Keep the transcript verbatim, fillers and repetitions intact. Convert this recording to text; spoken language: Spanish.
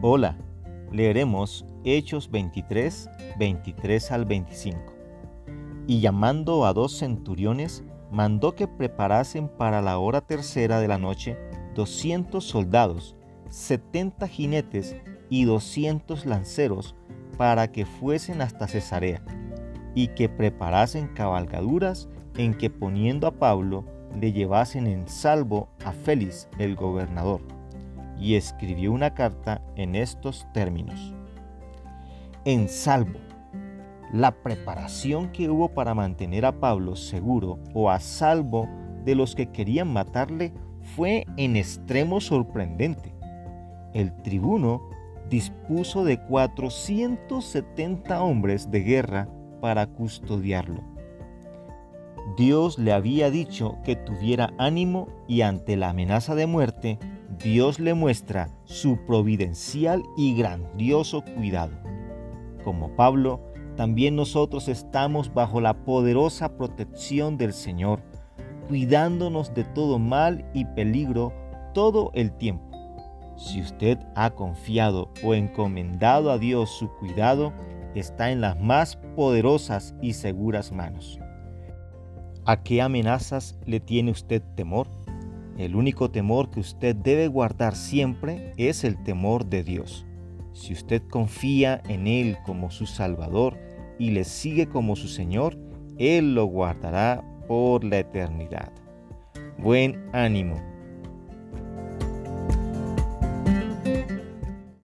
Hola, leeremos Hechos veintitrés, veintitrés al veinticinco. Y llamando a dos centuriones, mandó que preparasen para la hora tercera de la noche doscientos soldados, setenta jinetes y doscientos lanceros, para que fuesen hasta Cesarea, y que preparasen cabalgaduras en que poniendo a Pablo le llevasen en salvo a Félix el gobernador. Y escribió una carta en estos términos: en salvo. La preparación que hubo para mantener a Pablo seguro o a salvo de los que querían matarle fue en extremo sorprendente. El tribuno dispuso de cuatrocientos setenta hombres de guerra para custodiarlo. Dios le había dicho que tuviera ánimo y ante la amenaza de muerte, Dios le muestra su providencial y grandioso cuidado. Como Pablo, también nosotros estamos bajo la poderosa protección del Señor, cuidándonos de todo mal y peligro todo el tiempo. Si usted ha confiado o encomendado a Dios su cuidado, está en las más poderosas y seguras manos. ¿A qué amenazas le tiene usted temor? El único temor que usted debe guardar siempre es el temor de Dios. Si usted confía en Él como su Salvador y le sigue como su Señor, Él lo guardará por la eternidad. Buen ánimo.